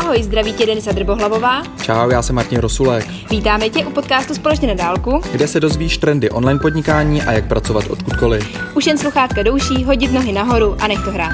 Ahoj, zdraví tě Denisa Drbohlavová. Čau, já jsem Martin Rosulek. Vítáme tě u podcastu Společně na dálku, kde se dozvíš trendy online podnikání a jak pracovat odkudkoliv. Už jen sluchátka do uší, hodit nohy nahoru a nech to hrát.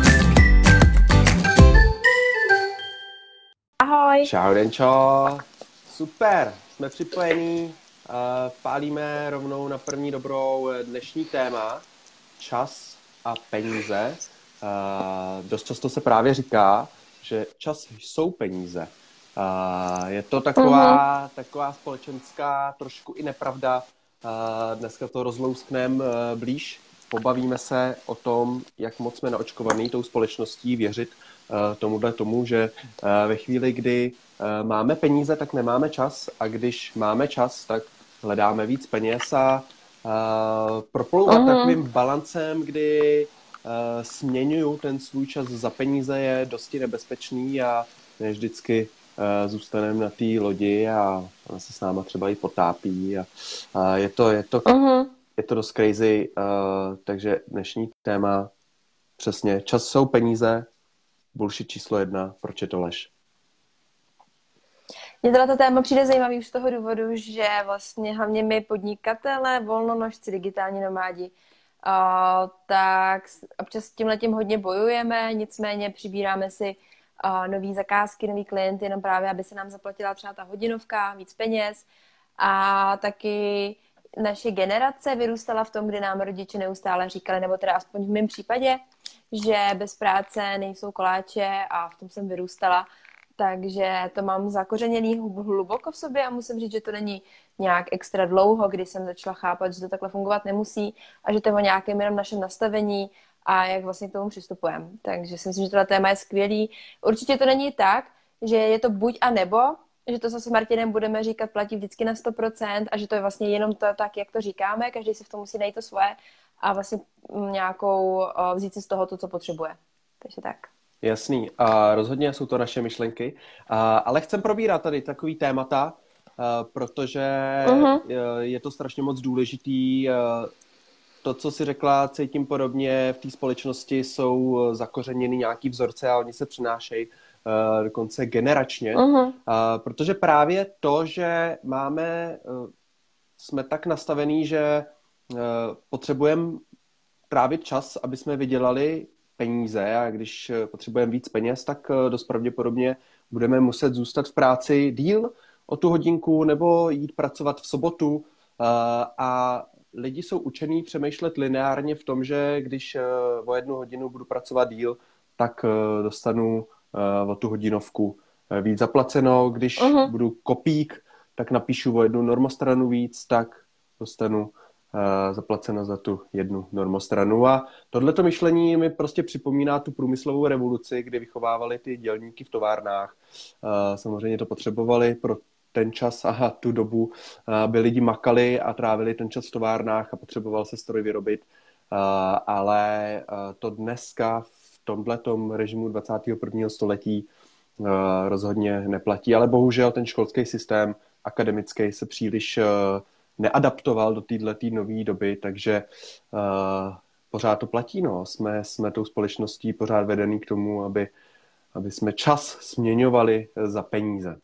Ahoj. Čau, Denčo. Super, jsme připojení. Pálíme rovnou na první dobrou dnešní téma. Čas a peníze. Dost často se právě říká, že čas jsou peníze. Je to taková společenská trošku i nepravda. Dneska to rozlouskneme blíž. Pobavíme se o tom, jak moc jsme naočkovaný tou společností věřit tomu, že ve chvíli, kdy máme peníze, tak nemáme čas, a když máme čas, tak hledáme víc peněz a proplouvat takovým balancem, kdy směňuju ten svůj čas za peníze, je dosti nebezpečný a ne vždycky zůstaneme na té lodi a ona se s náma třeba i potápí a je to dost crazy, takže dnešní téma přesně čas jsou peníze, bullshit číslo 1, proč je to lež? Mně teda to téma přijde zajímavý už z toho důvodu, že vlastně hlavně my podnikatelé, volnonožci, digitální nomádi, tak občas s tímhletím hodně bojujeme, nicméně přibíráme si nový zakázky, nový klienty, jenom právě, aby se nám zaplatila třeba ta hodinovka, víc peněz, a taky naše generace vyrůstala v tom, kdy nám rodiče neustále říkali, nebo teda aspoň v mém případě, že bez práce nejsou koláče, a v tom jsem vyrůstala. Takže to mám zakořeněný hluboko v sobě a musím říct, že to není nějak extra dlouho, kdy jsem začala chápat, že to takhle fungovat nemusí a že to je o nějakém jenom našem nastavení a jak vlastně k tomu přistupujeme. Takže si myslím, že tohle téma je skvělý. Určitě to není tak, že je to buď a nebo, že to zase s Martinem budeme říkat platí vždycky na 100% a že to je vlastně jenom to tak, jak to říkáme, každý si v tom musí najít to svoje a vlastně nějakou vzít si z toho to, co potřebuje. Takže tak. Jasný. A rozhodně jsou to naše myšlenky. Ale chcem probírat tady takový témata, protože je to strašně moc důležitý. To, co jsi řekla, cítím podobně, v té společnosti jsou zakořeněny nějaký vzorce a oni se přenášejí dokonce generačně. Protože právě to, že jsme tak nastavení, že potřebujeme trávit čas, aby jsme vydělali peníze, a když potřebujeme víc peněz, tak dost pravděpodobně budeme muset zůstat v práci díl o tu hodinku nebo jít pracovat v sobotu. A lidi jsou učení přemýšlet lineárně v tom, že když o 1 hodinu budu pracovat díl, tak dostanu o tu hodinovku víc zaplaceno. Když budu kopík, tak napíšu o 1 normostranu víc, tak dostanu zaplaceno za tu 1 normostranu. A tohleto myšlení mi prostě připomíná tu průmyslovou revoluci, kdy vychovávali ty dělníky v továrnách. Samozřejmě to potřebovali pro ten čas a tu dobu, aby lidi makali a trávili ten čas v továrnách a potřeboval se stroj vyrobit. Ale to dneska v tomhletom režimu 21. století rozhodně neplatí. Ale bohužel ten školský systém akademický se příliš neadaptoval do této nové doby, takže pořád to platí. No. Jsme tou společností pořád vedený k tomu, aby jsme čas směňovali za peníze.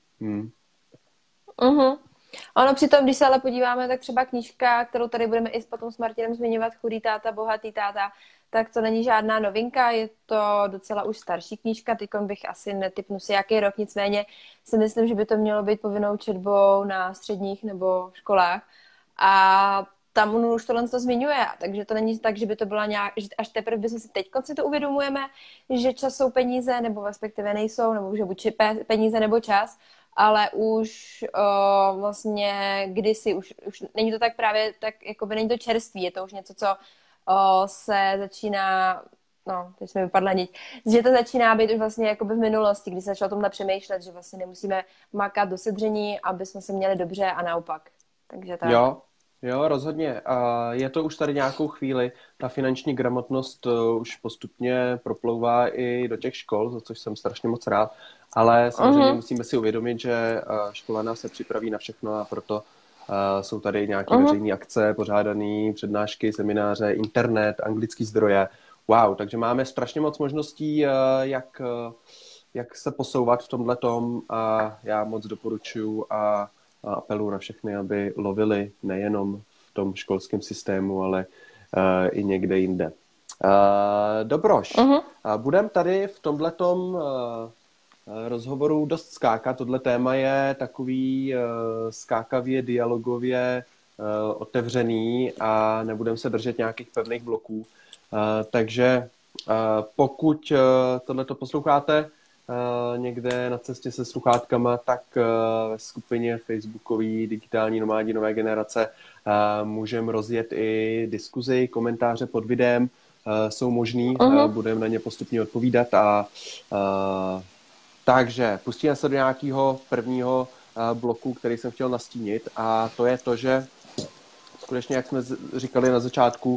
Ono přitom, když se ale podíváme, tak třeba knížka, kterou tady budeme i potom s Martinem zmiňovat, Chudý táta, bohatý táta, tak to není žádná novinka, je to docela už starší knížka, teďkom bych asi netipnu si jaký rok, nicméně si myslím, že by to mělo být povinnou četbou na středních nebo školách. A tam on už tohle to zmiňuje, takže to není tak, že by to byla nějak, že až teprve bychom si teď si to uvědomujeme, že čas jsou peníze, nebo respektive nejsou, nebo že buď peníze nebo čas, ale už vlastně kdysi, už není to tak právě, tak jakoby není to čerství, je to už něco, co se začíná, teď jsme vypadla niť, že to začíná být už vlastně jakoby v minulosti, kdy se začalo o tomhle přemýšlet, že vlastně nemusíme makat do sedření, aby jsme se měli dobře a naopak. Takže tak. Jo, rozhodně. Je to už tady nějakou chvíli. Ta finanční gramotnost už postupně proplouvá i do těch škol, za což jsem strašně moc rád. Ale samozřejmě musíme si uvědomit, že škola nás se připraví na všechno a proto jsou tady nějaké veřejné akce, pořádané přednášky, semináře, internet, anglické zdroje. Wow, takže máme strašně moc možností, jak jak se posouvat v tomhletom a já moc doporučuji a apeluji na všechny, aby lovili nejenom v tom školském systému, ale i někde jinde. Dobroš, budem tady v tomhletom rozhovoru dost skákat. Tohle téma je takový skákavě, dialogově otevřený a nebudeme se držet nějakých pevných bloků. Takže pokud tohleto posloucháte někde na cestě se sluchátkama, tak ve skupině facebookové Digitální nomádi nové generace můžeme rozjet i diskuzi, komentáře pod videem. Jsou možný, budeme na ně postupně odpovídat takže pustíme se do nějakého prvního bloku, který jsem chtěl nastínit, a to je to, že skutečně, jak jsme říkali na začátku,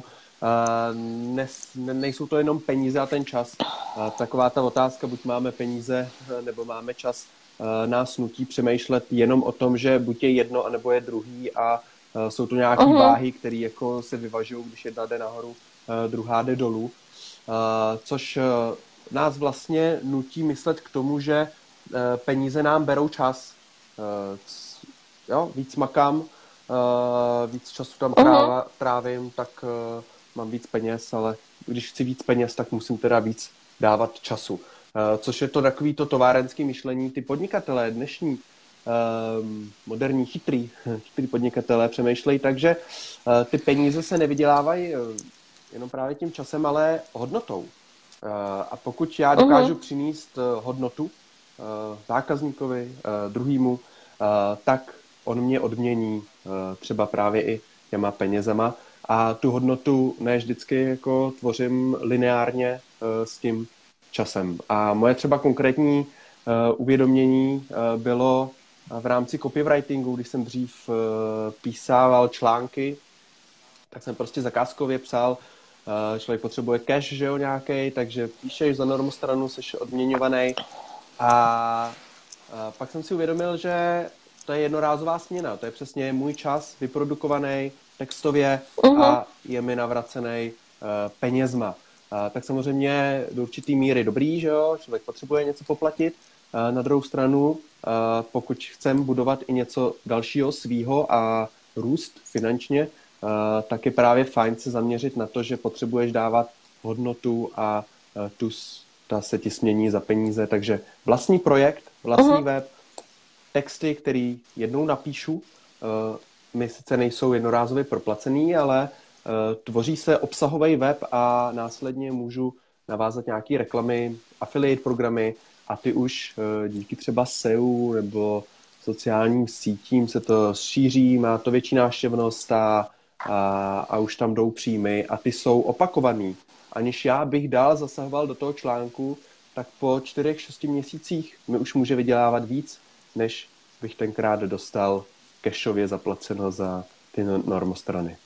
nejsou to jenom peníze a ten čas. Taková ta otázka, buď máme peníze, nebo máme čas, nás nutí přemýšlet jenom o tom, že buď je jedno, anebo je druhý, a jsou to nějaké váhy, které jako se vyvažují, když jedna jde nahoru, druhá jde dolů. Což nás vlastně nutí myslet k tomu, že peníze nám berou čas. Víc makám, víc času tam trávím, tak mám víc peněz, ale když chci víc peněz, tak musím teda víc dávat času. Což je to takový to továrenský myšlení. Ty podnikatelé dnešní, moderní, chytrý podnikatelé přemýšlejí tak, že ty peníze se nevydělávají jenom právě tím časem, ale hodnotou. A pokud já dokážu přinést hodnotu zákazníkovi, druhýmu, tak on mě odmění třeba právě i těma penězama, a tu hodnotu ne vždycky jako tvořím lineárně s tím časem. A moje třeba konkrétní uvědomění bylo v rámci copywritingu, když jsem dřív písával články, tak jsem prostě zakázkově psal, člověk potřebuje cash, že jo, nějaký, takže píšeš za normostranu, jsi odměňovaný, a pak jsem si uvědomil, že to je jednorázová směna, to je přesně můj čas vyprodukovaný textově a je mi navracený penězma. Tak samozřejmě do určitý míry dobrý, že jo, člověk potřebuje něco poplatit. Na druhou stranu, pokud chcem budovat i něco dalšího svýho a růst finančně, tak je právě fajn se zaměřit na to, že potřebuješ dávat hodnotu a ta se ti smění za peníze. Takže vlastní projekt, vlastní web, texty, který jednou napíšu, my sice nejsou jednorázově proplacený, ale tvoří se obsahový web a následně můžu navázat nějaké reklamy, affiliate programy, a ty už díky třeba SEO nebo sociálním sítím se to šíří, má to větší návštěvnost a už tam jdou příjmy a ty jsou opakovaný. Aniž já bych dál zasahoval do toho článku, tak po 4-6 měsících mi už může vydělávat víc, než bych tenkrát dostal cashově zaplaceno za ty normostrany.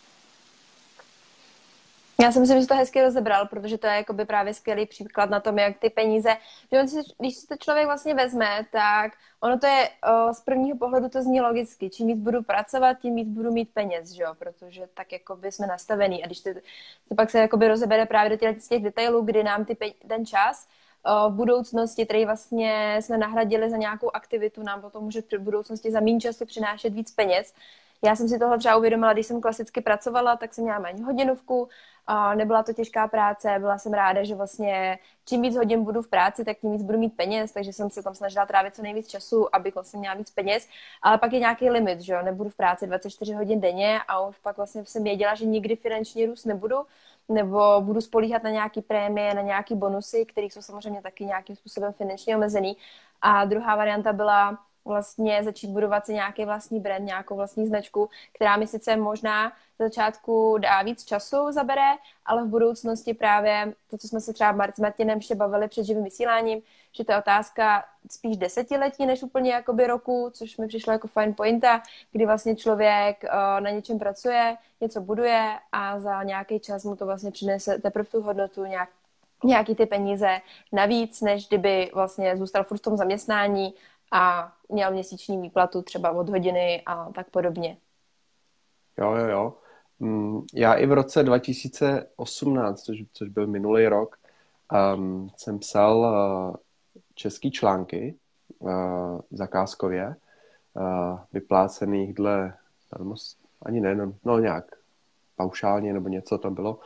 Já si myslím, že to hezky rozebral, protože to je jakoby právě skvělý příklad na tom, jak ty peníze, že když si to člověk vlastně vezme, tak ono to je, z prvního pohledu to zní logicky. Čím víc budu pracovat, tím víc budu mít peněz, že jo? Protože tak jakoby jsme nastavený. A když to pak se jakoby rozebere právě do těch detailů, kdy nám ten čas v budoucnosti, který vlastně jsme nahradili za nějakou aktivitu, nám potom může v budoucnosti za méně času přinášet víc peněz. Já jsem si tohle třeba uvědomila, když jsem klasicky pracovala, tak jsem měla méně hodinovku, nebyla to těžká práce, byla jsem ráda, že vlastně čím víc hodin budu v práci, tak tím víc budu mít peněz, takže jsem se tam snažila trávit co nejvíc času, abych vlastně měla víc peněz, ale pak je nějaký limit, že jo, nebudu v práci 24 hodin denně a už pak vlastně jsem věděla, že nikdy finančně růst nebudu, nebo budu spolíhat na nějaký prémie, na nějaký bonusy, které jsou samozřejmě taky nějakým způsobem finančně omezený. A druhá varianta byla vlastně začít budovat si nějaký vlastní brand, nějakou vlastní značku, která mi sice možná z začátku dá víc času, zabere, ale v budoucnosti právě to, co jsme se třeba s Martinem ještě bavili před živým vysíláním, že to je otázka spíš desetiletí než úplně jakoby roku, což mi přišlo jako fajn pointa, kdy vlastně člověk na něčem pracuje, něco buduje a za nějaký čas mu to vlastně přinese teprve tu hodnotu, nějaký ty peníze navíc, než kdyby vlastně zůstal furt v tom zaměstnání a měl měsíční výplatu třeba od hodiny a tak podobně. Jo. Já i v roce 2018, což byl minulý rok, jsem psal český články zakázkově, vyplácených dle, ani ne, no nějak paušálně nebo něco tam bylo.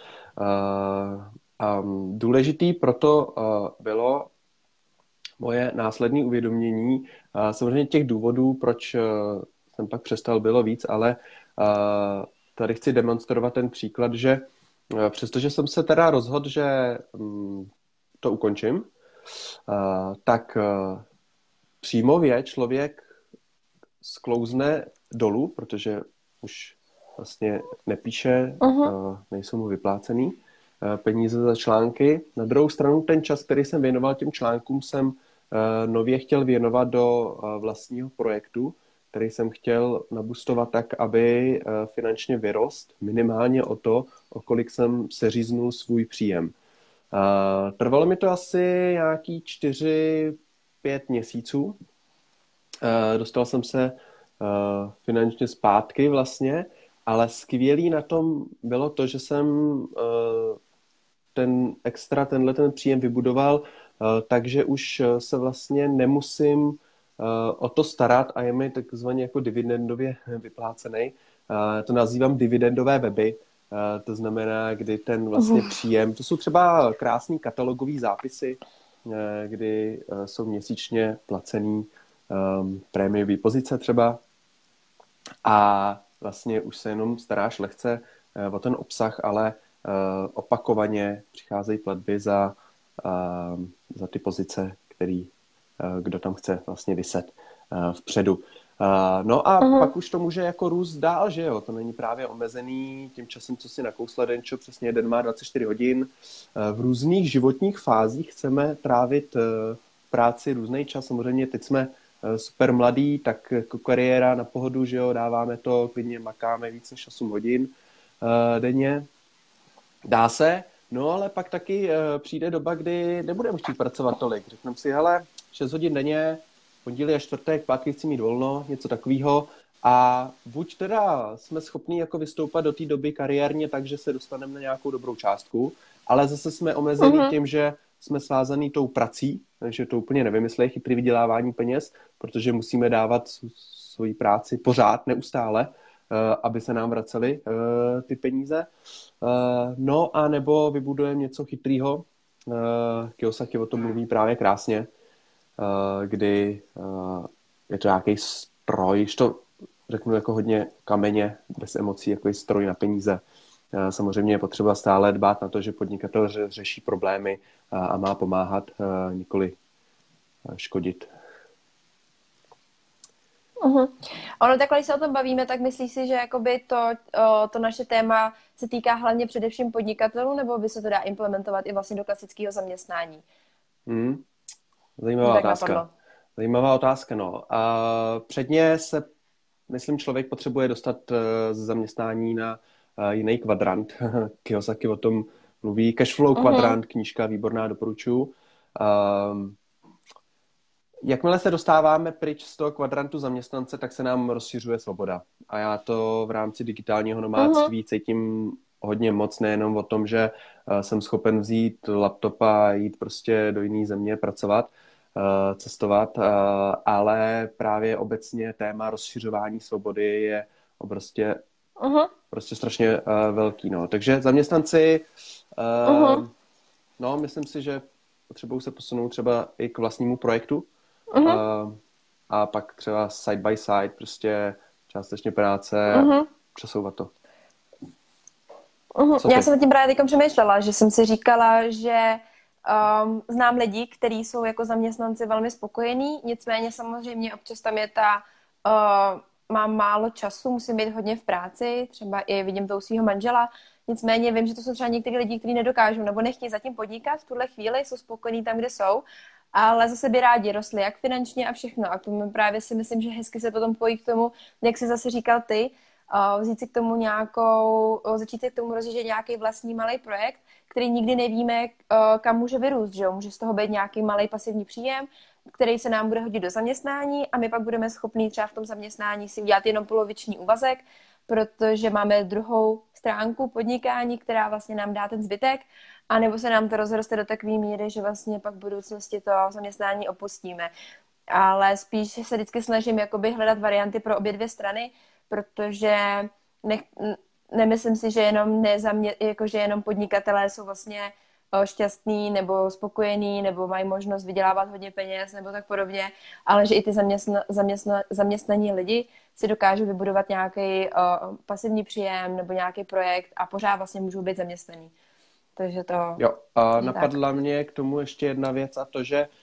Důležitý proto bylo moje následné uvědomění. Samozřejmě těch důvodů, proč jsem pak přestal, bylo víc, ale tady chci demonstrovat ten příklad, že přestože jsem se teda rozhodl, že to ukončím, tak příjmově člověk sklouzne dolů, protože už vlastně nepíše, nejsou mu vyplácený peníze za články. Na druhou stranu ten čas, který jsem věnoval těm článkům, jsem nově chtěl věnovat do vlastního projektu, který jsem chtěl nabustovat tak, aby finančně vyrost minimálně o kolik jsem seříznul svůj příjem. Trvalo mi to asi nějaký 4-5 měsíců. Dostal jsem se finančně zpátky vlastně, ale skvělý na tom bylo to, že jsem tenhle příjem vybudoval, takže už se vlastně nemusím o to starat a je mi takzvaně jako dividendově vyplácený. To nazývám dividendové weby. To znamená, kdy ten vlastně příjem, to jsou třeba krásný katalogový zápisy, kdy jsou měsíčně placený prémiový pozice třeba a vlastně už se jenom staráš lehce o ten obsah, ale opakovaně přicházejí platby za ty pozice, který kdo tam chce vlastně vyset vpředu. No a pak už to může jako růst dál, že jo? To není právě omezený tím časem, co si nakousla Denčo, přesně jeden má 24 hodin. V různých životních fázích chceme trávit v práci různý čas. Samozřejmě teď jsme super mladí, tak jako kariéra na pohodu, že jo? Dáváme to, klidně makáme víc než 8 hodin denně. Dá se, no ale pak taky přijde doba, kdy nebudeme chtít pracovat tolik. Řekneme si, hele, 6 hodin denně, pondělí a čtvrtek, pátky chci mít volno, něco takového. A buď teda jsme schopní jako vystoupat do té doby kariérně tak, že se dostaneme na nějakou dobrou částku, ale zase jsme omezení tím, že jsme svázaný tou prací, takže to úplně nevymyslej, chytrý vydělávání peněz, protože musíme dávat svoji práci pořád, neustále, aby se nám vracely ty peníze. No a nebo vybudujeme něco chytrýho. Kiyosaki o tom mluví právě krásně, kdy je to nějaký stroj, když to řeknu jako hodně kameně, bez emocí, jako stroj na peníze. Samozřejmě je potřeba stále dbát na to, že podnikatel řeší problémy a má pomáhat, nikoli škodit. Ono takhle, když se o tom bavíme, tak myslíš si, že jakoby to naše téma se týká hlavně především podnikatelů, nebo by se to dá implementovat i vlastně do klasického zaměstnání? Zajímavá otázka. Zajímavá otázka, no. Předně se, myslím, člověk potřebuje dostat z zaměstnání na jiný kvadrant. Kiyosaki o tom mluví. Cashflow kvadrant, knížka výborná, doporučuji. Jakmile se dostáváme pryč z toho kvadrantu zaměstnance, tak se nám rozšiřuje svoboda. A já to v rámci digitálního nomádství cítím hodně moc, nejenom o tom, že jsem schopen vzít laptop a jít prostě do jiné země pracovat, cestovat, ale právě obecně téma rozšiřování svobody je prostě strašně velký. No. Takže zaměstnanci, no, myslím si, že potřebují se posunout třeba i k vlastnímu projektu, a pak třeba side by side, prostě částečně práce, přesouvat to. Já jsem tím právě teď přemýšlela, že jsem si říkala, že znám lidi, kteří jsou jako zaměstnanci velmi spokojení, nicméně samozřejmě občas tam je mám málo času, musím být hodně v práci, třeba i vidím to u svého manžela, nicméně vím, že to jsou třeba někteří lidi, kteří nedokážou nebo nechtějí zatím podnikat v tuhle chvíli, jsou spokojení tam, kde jsou, ale zase by rádi rostli, jak finančně a všechno. A k tomu právě si myslím, že hezky se potom pojí k tomu, jak jsi zase říkal ty, začít si k tomu rozjíždět nějaký vlastní malý projekt, který nikdy nevíme, kam může vyrůst, že jo? Může z toho být nějaký malý pasivní příjem, který se nám bude hodit do zaměstnání a my pak budeme schopní třeba v tom zaměstnání si udělat jenom poloviční úvazek, protože máme druhou stránku podnikání, která vlastně nám dá ten zbytek A nebo se nám to rozroste do takové míry, že vlastně pak v budoucnosti to zaměstnání opustíme. Ale spíš se vždycky snažím jakoby hledat varianty pro obě dvě strany, protože nemyslím si, že že jenom podnikatelé jsou vlastně šťastný nebo spokojený nebo mají možnost vydělávat hodně peněz nebo tak podobně, ale že i ty zaměstnaní lidi si dokážou vybudovat nějaký pasivní příjem nebo nějaký projekt a pořád vlastně můžou být zaměstnaný. Takže to... Jo, a napadla mě k tomu ještě jedna věc a to, že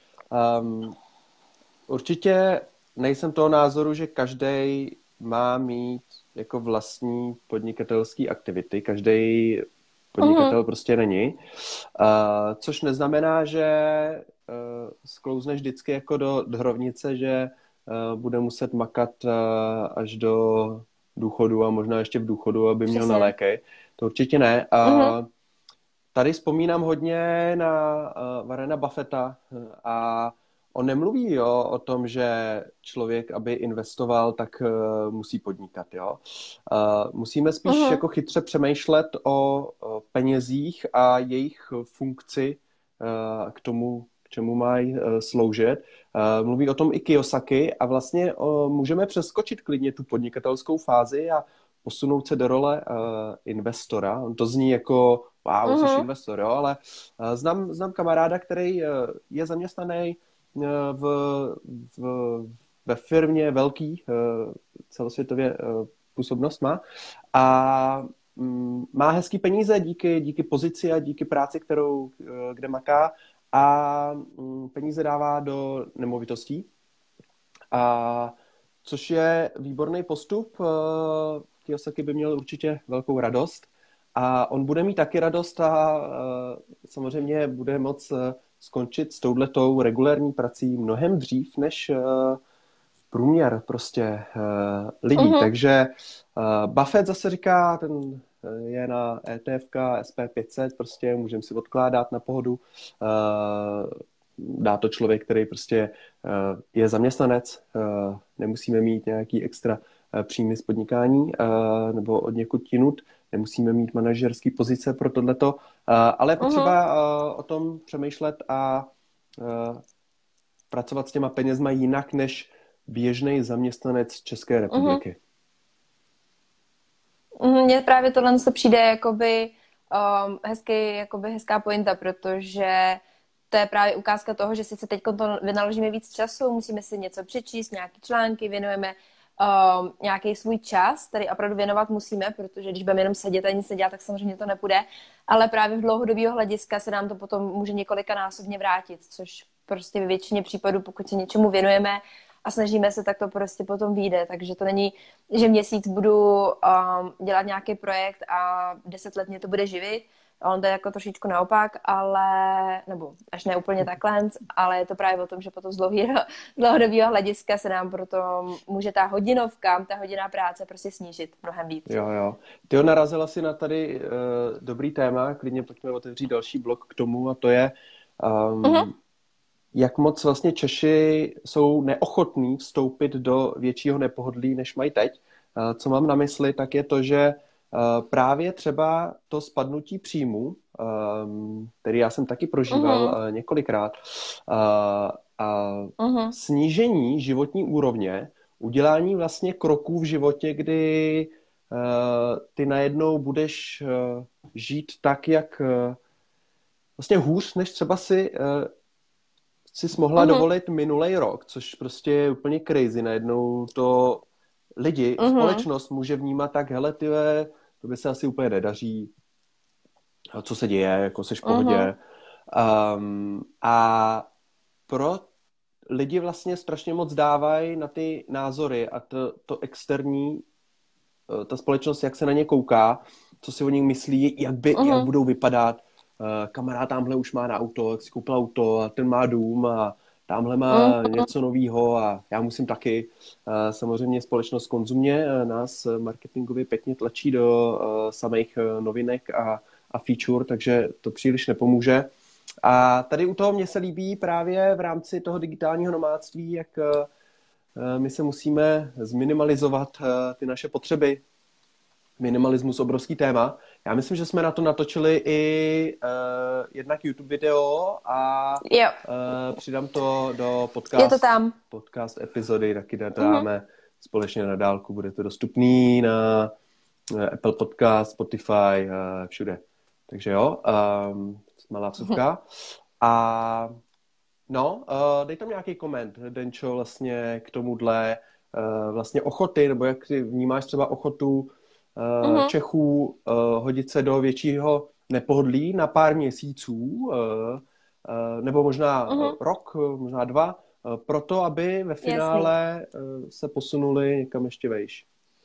určitě nejsem toho názoru, že každý má mít jako vlastní podnikatelské aktivity. Každý podnikatel prostě není. Což neznamená, že sklouzneš vždycky jako do rovnice, že bude muset makat až do důchodu a možná ještě v důchodu, aby měl na léky. To určitě ne. Tady vzpomínám hodně na Warrena Buffetta a on nemluví o tom, že člověk, aby investoval, tak musí podnikat. Jo? Musíme spíš jako chytře přemýšlet o penězích a jejich funkci k tomu, k čemu mají sloužit. Mluví o tom i Kiyosaki a vlastně můžeme přeskočit klidně tu podnikatelskou fázi a posunout se do role investora. On to zní jako wow, jsi investor, jo? Ale znám kamaráda, který je zaměstnaný ve firmě velký, celosvětově působnost má a má hezký peníze díky pozici a díky práci, kde maká a peníze dává do nemovitostí. Což je výborný postup. Kiyosaki by měl určitě velkou radost a on bude mít taky radost a samozřejmě bude moc skončit s touhletou regulérní prací mnohem dřív než průměr prostě lidí. Takže Buffett zase říká, ten je na ETFK SP500, prostě můžeme si odkládat na pohodu. Dá to člověk, který prostě je zaměstnanec, nemusíme mít nějaký extra příjmy z podnikání nebo od někud jinut, nemusíme mít manažerský pozice pro tohleto, ale je potřeba o tom přemýšlet a pracovat s těma penězma jinak než běžný zaměstnanec České republiky. Mně právě tohle se přijde jakoby hezká pointa, protože to je právě ukázka toho, že sice teď to vynaložíme víc času, musíme si něco přečíst, nějaké články, věnujeme nějaký svůj čas, který opravdu věnovat musíme, protože když budeme jenom sedět a nic nedělat, tak samozřejmě to nepůjde, ale právě v dlouhodobého hlediska se nám to potom může několikanásobně vrátit, což prostě ve většině případů, pokud se něčemu věnujeme a snažíme se, tak to prostě potom vyjde, takže to není, že měsíc budu dělat nějaký projekt a 10 let mě to bude živit. On to je jako trošičku naopak, nebo až ne úplně takhle, ale je to právě o tom, že potom z dlouhodobého hlediska se nám proto může ta hodina práce prostě snížit mnohem víc. Jo. Ty narazila si na tady dobrý téma, klidně pojďme otevřít další blok k tomu a to je, jak moc vlastně Češi jsou neochotní vstoupit do většího nepohodlí, než mají teď. Co mám na mysli, tak je to, že právě třeba to spadnutí příjmu, který já jsem taky prožíval několikrát, snížení životní úrovně, udělání vlastně kroků v životě, kdy ty najednou budeš žít tak, jak vlastně hůř, než třeba si mohla dovolit minulej rok, což prostě je úplně crazy. Najednou to lidi, společnost může vnímat tak, hele, tyhle, to by se asi úplně nedaří, co se děje, jako seš v pohodě. A pro lidi vlastně strašně moc dávají na ty názory a to externí, ta společnost, jak se na ně kouká, co si o nich myslí, jak budou vypadat. Kamarád tamhle už má na auto, jak si koupil auto a ten má dům a tamhle má něco novýho a já musím taky. Samozřejmě společnost konzumně nás marketingově pěkně tlačí do samých novinek a feature, takže to příliš nepomůže. A tady u toho mně se líbí právě v rámci toho digitálního nomádství, jak my se musíme zminimalizovat ty naše potřeby. Minimalismus obrovský téma. Já myslím, že jsme na to natočili i jednak YouTube video a Jo, přidám to do je to tam. podcast epizody, taky dáme společně na dálku. Bude to dostupný na Apple Podcast, Spotify, všude. Takže jo, malá vsuvka. A no, dej tam nějaký koment, Denčo, vlastně k tomuhle vlastně ochoty, nebo jak ty vnímáš třeba ochotu Čechů hodit se do většího nepohodlí na pár měsíců, nebo možná rok, možná 2, proto, aby ve finále se posunuli někam ještě vejš.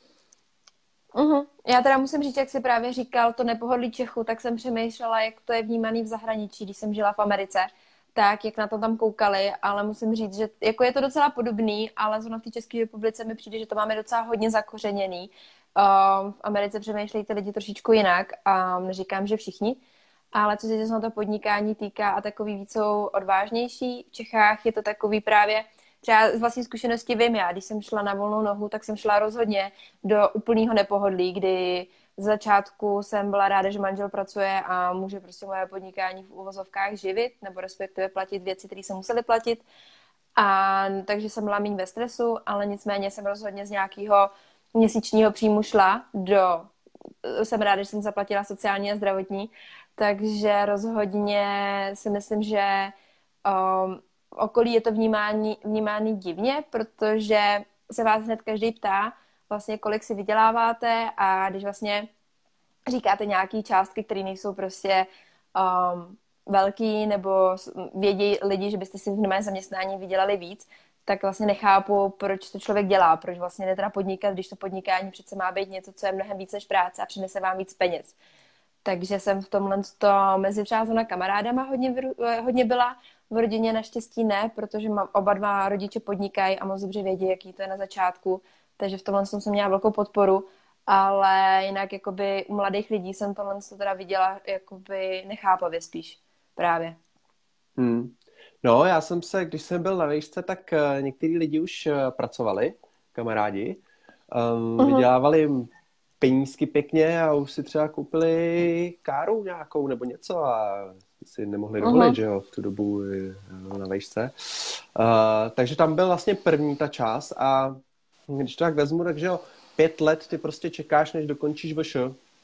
Já teda musím říct, jak jsi právě říkal, to nepohodlí Čechu, tak jsem přemýšlela, jak to je vnímaný v zahraničí, když jsem žila v Americe, tak jak na to tam koukali, ale musím říct, že jako je to docela podobný, ale zrovna v té České republice mi přijde, že to máme docela hodně zakořeněný. V Americe přemýšlejí ty lidi trošičku jinak a neříkám, že všichni, ale co se to podnikání týká a takový víc jsou odvážnější. V Čechách je to takový právě, třeba z vlastní zkušenosti vím já, když jsem šla na volnou nohu, tak jsem šla rozhodně do úplného nepohodlí, kdy z začátku jsem byla ráda, že manžel pracuje a může prostě moje podnikání v uvozovkách živit, nebo respektive platit věci, které se musely platit. A takže jsem byla méně ve stresu, ale nicméně jsem rozhodně z nějakého měsíčního příjmu šla jsem ráda, že jsem zaplatila sociální a zdravotní, takže rozhodně si myslím, že okolí je to vnímání divně, protože se vás hned každý ptá, vlastně kolik si vyděláváte a když vlastně říkáte nějaký částky, které nejsou prostě velký nebo vědí lidi, že byste si v normálním zaměstnání vydělali víc, tak vlastně nechápu, proč to člověk dělá, proč vlastně neteda podnikat, když to podnikání přece má být něco, co je mnohem víc než práce a přinese vám víc peněz. Takže jsem v tomhle mezi třeba na kamarádama hodně byla, v rodině naštěstí ne, protože mám oba dva rodiče podnikají a moc dobře vědí, jaký to je na začátku, takže v tomhle jsem měla velkou podporu, ale jinak jakoby u mladých lidí jsem tohle teda viděla jakoby nechápavě spíš právě. No, když jsem byl na výšce, tak některý lidi už pracovali, kamarádi, vydělávali penízky pěkně a už si třeba koupili káru nějakou nebo něco a si nemohli dovolit, že jo, v tu dobu na výšce. Takže tam byl vlastně první ta část a když to tak vezmu, takže jo, 5 let ty prostě čekáš, než dokončíš VŠ,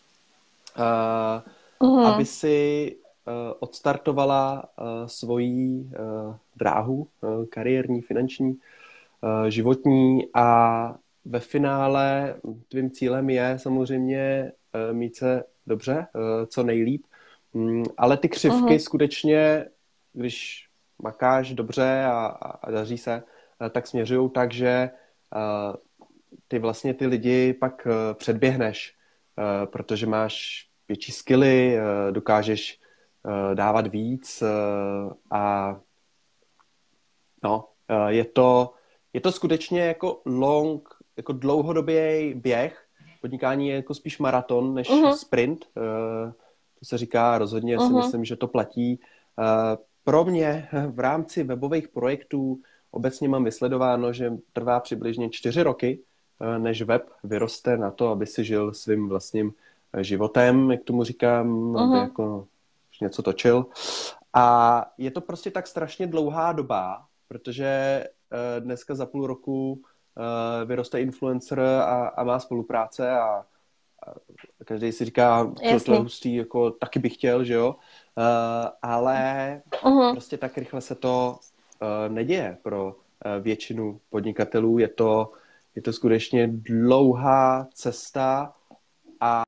aby si odstartovala svoji dráhu, kariérní, finanční, životní a ve finále tvým cílem je samozřejmě mít se dobře, co nejlíp, ale ty křivky skutečně, když makáš dobře a daří se, tak směřují tak, že ty vlastně ty lidi pak předběhneš, protože máš větší skilly, dokážeš dávat víc a no, je to skutečně jako dlouhodobý běh. Podnikání je jako spíš maraton než sprint. To se říká rozhodně, si myslím, že to platí. Pro mě v rámci webových projektů obecně mám vysledováno, že trvá přibližně 4 roky, než web vyroste na to, aby si žil svým vlastním životem, jak tomu říkám, aby jako něco točil. A je to prostě tak strašně dlouhá doba, protože dneska za půl roku vyroste influencer a má spolupráce a každý si říká, to je hustý, jako taky bych chtěl, že jo? Ale prostě tak rychle se to neděje pro většinu podnikatelů. Je to skutečně dlouhá cesta a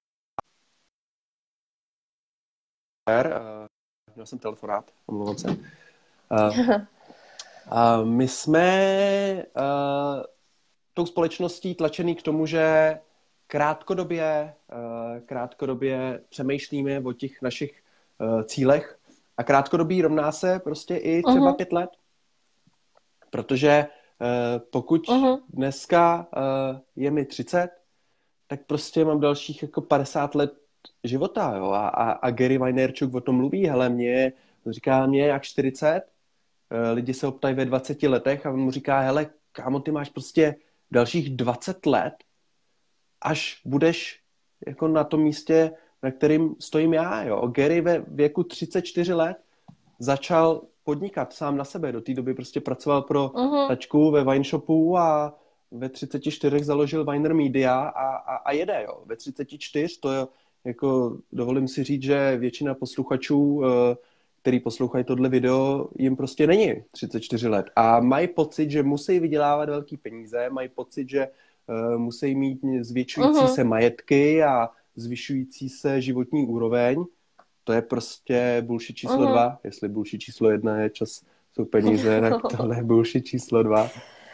měl jsem telefonát, omlouvám se. My jsme tou společností tlačený k tomu, že krátkodobě přemýšlíme o těch našich cílech a krátkodobí rovná se prostě i třeba 5 let. Protože pokud dneska je mi 30, tak prostě mám dalších jako 50 let života, jo? A Gary Vaynerchuk o tom mluví, hele, říká mě jak 40, lidi se ho ptají ve 20 letech a on mu říká, hele, kámo, ty máš prostě dalších 20 let, až budeš jako na tom místě, na kterým stojím já. Jo. Gary ve věku 34 let začal podnikat sám na sebe. Do té doby prostě pracoval pro tačku ve wine shopu a ve 34 založil Viner Media a jede. Jo. Ve 34 to je, jako dovolím si říct, že většina posluchačů, který poslouchají tohle video, jim prostě není 34 let. A mají pocit, že musí vydělávat velký peníze, mají pocit, že musí mít zvětšující se majetky a zvyšující se životní úroveň. To je prostě bullshit číslo 2. Jestli bullshit číslo 1 je čas, jsou peníze, tak tohle je bullshit číslo 2.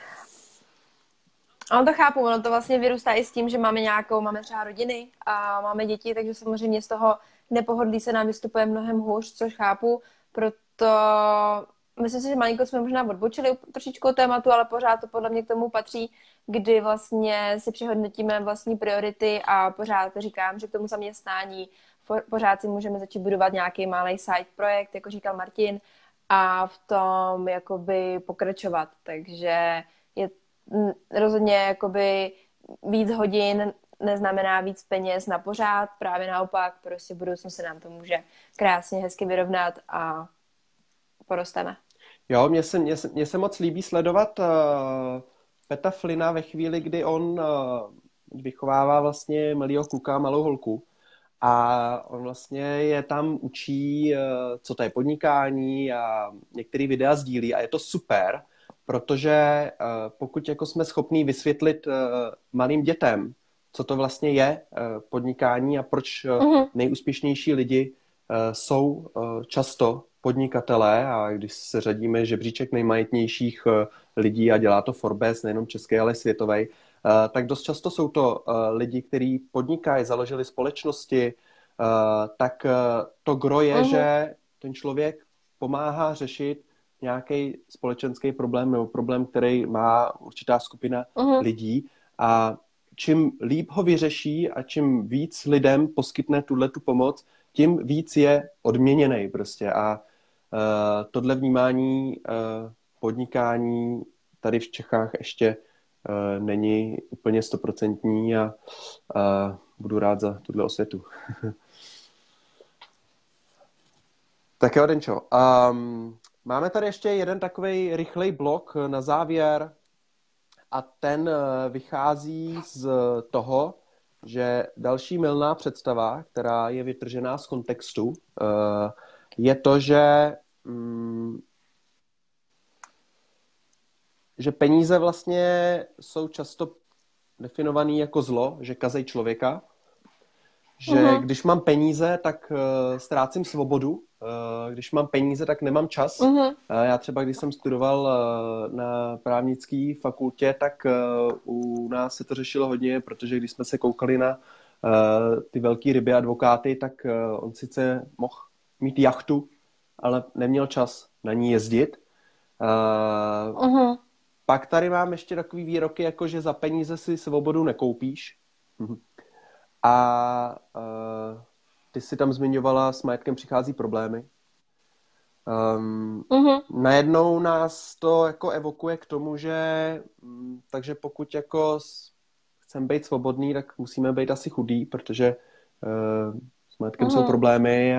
Ale to chápu, ono to vlastně vyrůstá i s tím, že máme třeba rodiny a máme děti, takže samozřejmě z toho nepohodlí se nám vystupuje mnohem hůř, což chápu, proto myslím si, že malinko jsme možná odbočili trošičku od tématu, ale pořád to podle mě k tomu patří, kdy vlastně si přehodnotíme vlastní priority a pořád říkám, že k tomu zaměstnání pořád si můžeme začít budovat nějaký malý side projekt, jako říkal Martin, a v tom jakoby pokračovat. Takže je rozhodně jakoby víc hodin neznamená víc peněz na pořád, právě naopak, prostě v budoucnu se nám to může krásně, hezky vyrovnat a porosteme. Jo, mně se moc líbí sledovat Peta Flynna ve chvíli, kdy on vychovává vlastně malýho kluka, malou holku. A on vlastně je tam učí, co to je podnikání a některé videa sdílí a je to super, protože pokud jako jsme schopní vysvětlit malým dětem, co to vlastně je podnikání a proč nejúspěšnější lidi jsou často podnikatelé, a když se řadíme žebříček nejmajetnějších lidí a dělá to Forbes, nejenom český, ale světový, tak dost často jsou to lidi, kteří podnikají, založili společnosti, tak to gro je, že ten člověk pomáhá řešit nějaký společenský problém nebo problém, který má určitá skupina lidí, a čím líp ho vyřeší a čím víc lidem poskytne tu pomoc, tím víc je odměněný prostě. A tohle vnímání podnikání tady v Čechách ještě není úplně 100% a budu rád za tuhle osvětu. Tak jo, Denčo. Máme tady ještě jeden takovej rychlej blok na závěr a ten vychází z toho, že další mylná představa, která je vytržená z kontextu, je to, že peníze vlastně jsou často definovaný jako zlo, že kazej člověka, že když mám peníze, tak ztrácím svobodu, když mám peníze, tak nemám čas. Já třeba, když jsem studoval na právnické fakultě, tak u nás se to řešilo hodně, protože když jsme se koukali na ty velký ryby advokáty, tak on sice mohl mít jachtu, ale neměl čas na ní jezdit. Pak tady mám ještě takový výroky, jako že za peníze si svobodu nekoupíš. A ty si tam zmiňovala, s majetkem přichází problémy. Najednou nás to jako evokuje k tomu, že takže pokud jako chceme být svobodný, tak musíme být asi chudý, protože s majetkem jsou problémy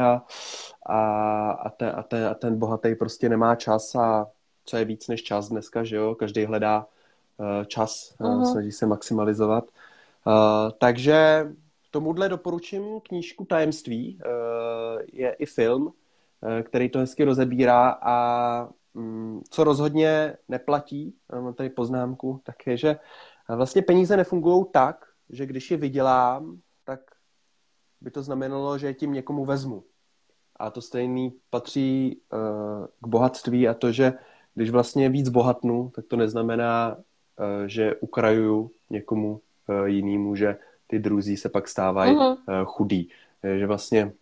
a ten bohatý prostě nemá čas, a co je víc než čas dneska, že jo? Každý hledá čas, snaží se maximalizovat. Takže tomuhle doporučím knížku Tajemství. Je i film, který to hezky rozebírá, a co rozhodně neplatí, mám tady poznámku, tak je, že vlastně peníze nefungují tak, že když je vydělám, tak by to znamenalo, že tím někomu vezmu. A to stejný patří k bohatství, a to, že když vlastně víc bohatnu, tak to neznamená, že ukrajuju někomu jinému, že ty druzí se pak stávají chudí. Že vlastně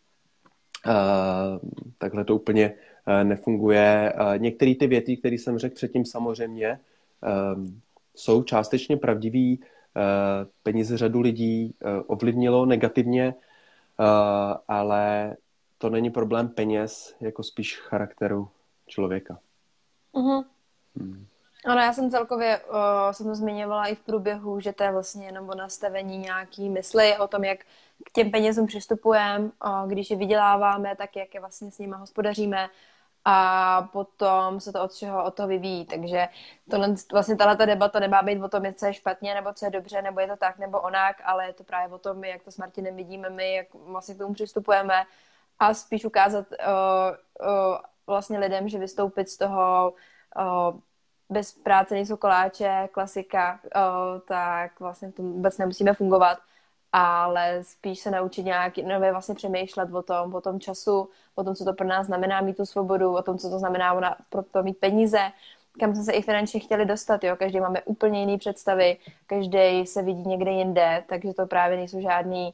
takhle to úplně nefunguje. Některé ty věty, které jsem řekl předtím, samozřejmě jsou částečně pravdivý. Peníze řadu lidí ovlivnilo negativně, ale to není problém peněz, jako spíš charakteru člověka. Ano, já jsem celkově, jsem to zmiňovala i v průběhu, že to je vlastně jenom o nastavení nějaký mysli, o tom, jak k těm penězům přistupujeme, když je vyděláváme, tak jak je vlastně s nimi hospodaříme a potom se to od toho vyvíjí. Takže vlastně tato debata nemá být o tom, co je špatně, nebo co je dobře, nebo je to tak, nebo onak, ale je to právě o tom, jak to s Martinem vidíme my, jak vlastně k tomu přistupujeme a spíš ukázat vlastně lidem, že vystoupit z toho bez práce nejsou koláče, klasika, tak vlastně v tom vůbec nemusíme fungovat, ale spíš se naučit nějak nově vlastně přemýšlet o tom času, o tom, co to pro nás znamená mít tu svobodu, o tom, co to znamená pro to mít peníze, kam jsme se i finančně chtěli dostat, jo. Každý máme úplně jiné představy, každý se vidí někde jinde, takže to právě nejsou žádný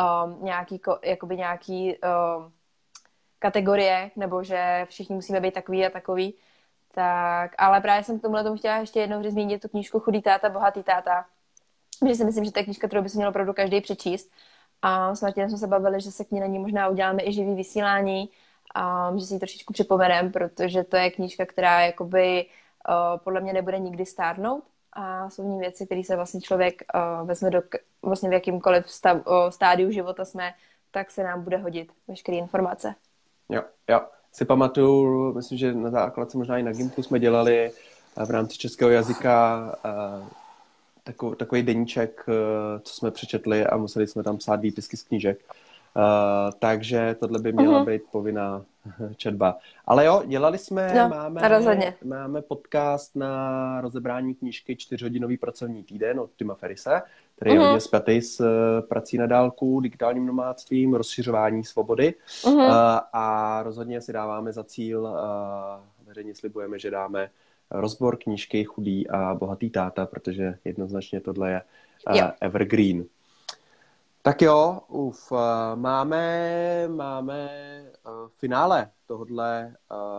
nějaký kategorie, nebo že všichni musíme být takový a takový. Tak, ale právě jsem k tomu chtěla ještě jednou zmínit tu knížku Chudý táta, bohatý táta. Protože si myslím, že to je knížka, kterou by se měl opravdu každý přečíst. A s Martinem jsme se bavili, že se k ní na ní možná uděláme i živý vysílání, a že si ji trošičku připomeneme, protože to je knížka, která jakoby podle mě nebude nikdy stárnout. A jsou v ní věci, které se vlastně člověk vezme vlastně v jakýmkoliv stádiu života jsme, tak se nám bude hodit veškeré informace. Jo. Si pamatuju, myslím, že na základce možná i na Gimpu jsme dělali v rámci českého jazyka takový deníček, co jsme přečetli a museli jsme tam psát výpisky z knížek. Takže tohle by měla být povinná četba. Ale jo, dělali jsme, máme podcast na rozebrání knížky 4hodinový pracovní týden od Tima Ferrise, který je hodně spjatý s prací na dálku, digitálním nomádstvím, rozšiřování svobody. A rozhodně si dáváme za cíl, veřejně slibujeme, že dáme rozbor knížky Chudý a bohatý táta, protože jednoznačně tohle je evergreen. Tak jo, máme finále tohodle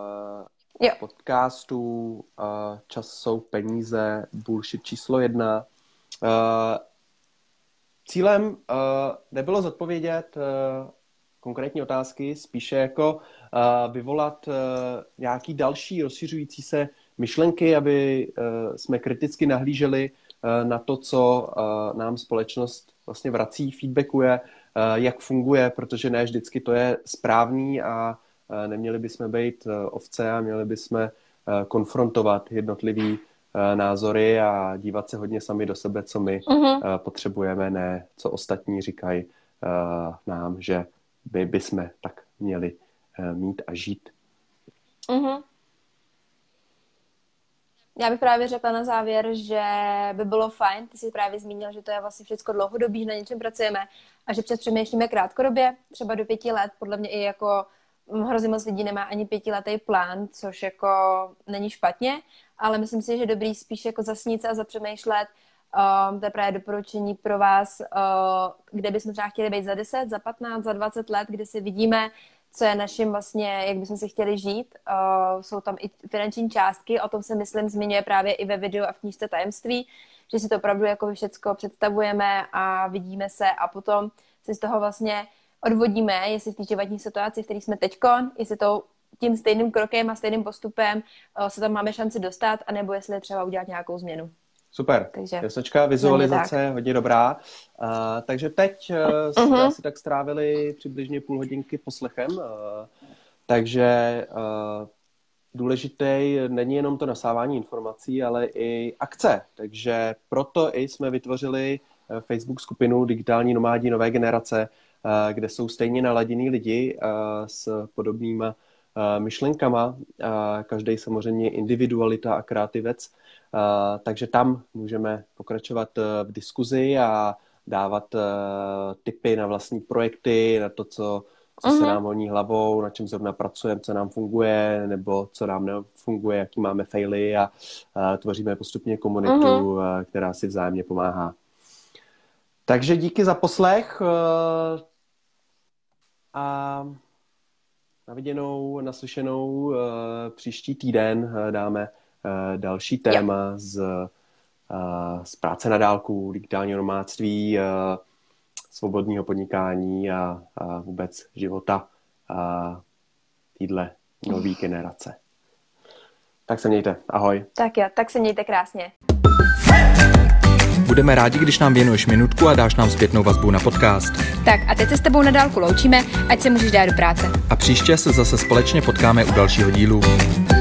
podcastu Čas jsou peníze, bullshit číslo 1. Cílem nebylo zodpovědět konkrétní otázky, spíše jako vyvolat nějaký další rozšiřující se myšlenky, aby jsme kriticky nahlíželi na to, co nám společnost vlastně vrací, feedbackuje, jak funguje, protože ne vždycky to je správný a neměli bychom být ovce a měli bychom konfrontovat jednotlivý názory a dívat se hodně sami do sebe, co my potřebujeme, ne co ostatní říkají nám, že my bychom tak měli mít a žít. Já bych právě řekla na závěr, že by bylo fajn, ty jsi právě zmínil, že to je vlastně všechno dlouhodobý, že na něčem pracujeme a že přemýšlíme krátkodobě, třeba do 5 let, podle mě i jako hrozně moc lidí nemá ani 5letý plán, což jako není špatně, ale myslím si, že dobrý spíš jako zasnít se a zapřemýšlet, to je právě doporučení pro vás, kde bychom třeba chtěli být za 10, za 15, za 20 let, kdy si vidíme, co je naším vlastně, jak bychom si chtěli žít. Jsou tam i finanční částky, o tom se myslím zmiňuje právě i ve videu a v knížce Tajemství, že si to opravdu jako všecko představujeme a vidíme se a potom si z toho vlastně odvodíme, jestli v té životní situaci, v které jsme teďkon, jestli to tím stejným krokem a stejným postupem se tam máme šanci dostat, anebo jestli třeba udělat nějakou změnu. Super, jasnočka, vizualizace, hodně dobrá. Takže teď jste asi tak strávili přibližně půl hodinky poslechem, takže důležitý není jenom to nasávání informací, ale i akce. Takže proto i jsme vytvořili Facebook skupinu Digitální nomádi nové generace, kde jsou stejně naladění lidi s podobnýma myšlenkama. Každý samozřejmě individualita a kreativec. Takže tam můžeme pokračovat v diskuzi a dávat tipy na vlastní projekty, na to, co se nám honí hlavou, na čem zrovna pracujeme, co nám funguje, nebo co nám nefunguje, jaký máme faily a tvoříme postupně komunitu, která si vzájemně pomáhá. Takže díky za poslech a na viděnou, naslyšenou příští týden dáme další téma z práce na dálku, digitálního nomádství, svobodného podnikání a vůbec života téhle nové generace. Tak se mějte. Ahoj. Tak jo, tak se mějte krásně. Budeme rádi, když nám věnuješ minutku a dáš nám zpětnou vazbu na podcast. Tak a teď se s tebou na dálku loučíme, ať se můžeš dát do práce. A příště se zase společně potkáme u dalšího dílu.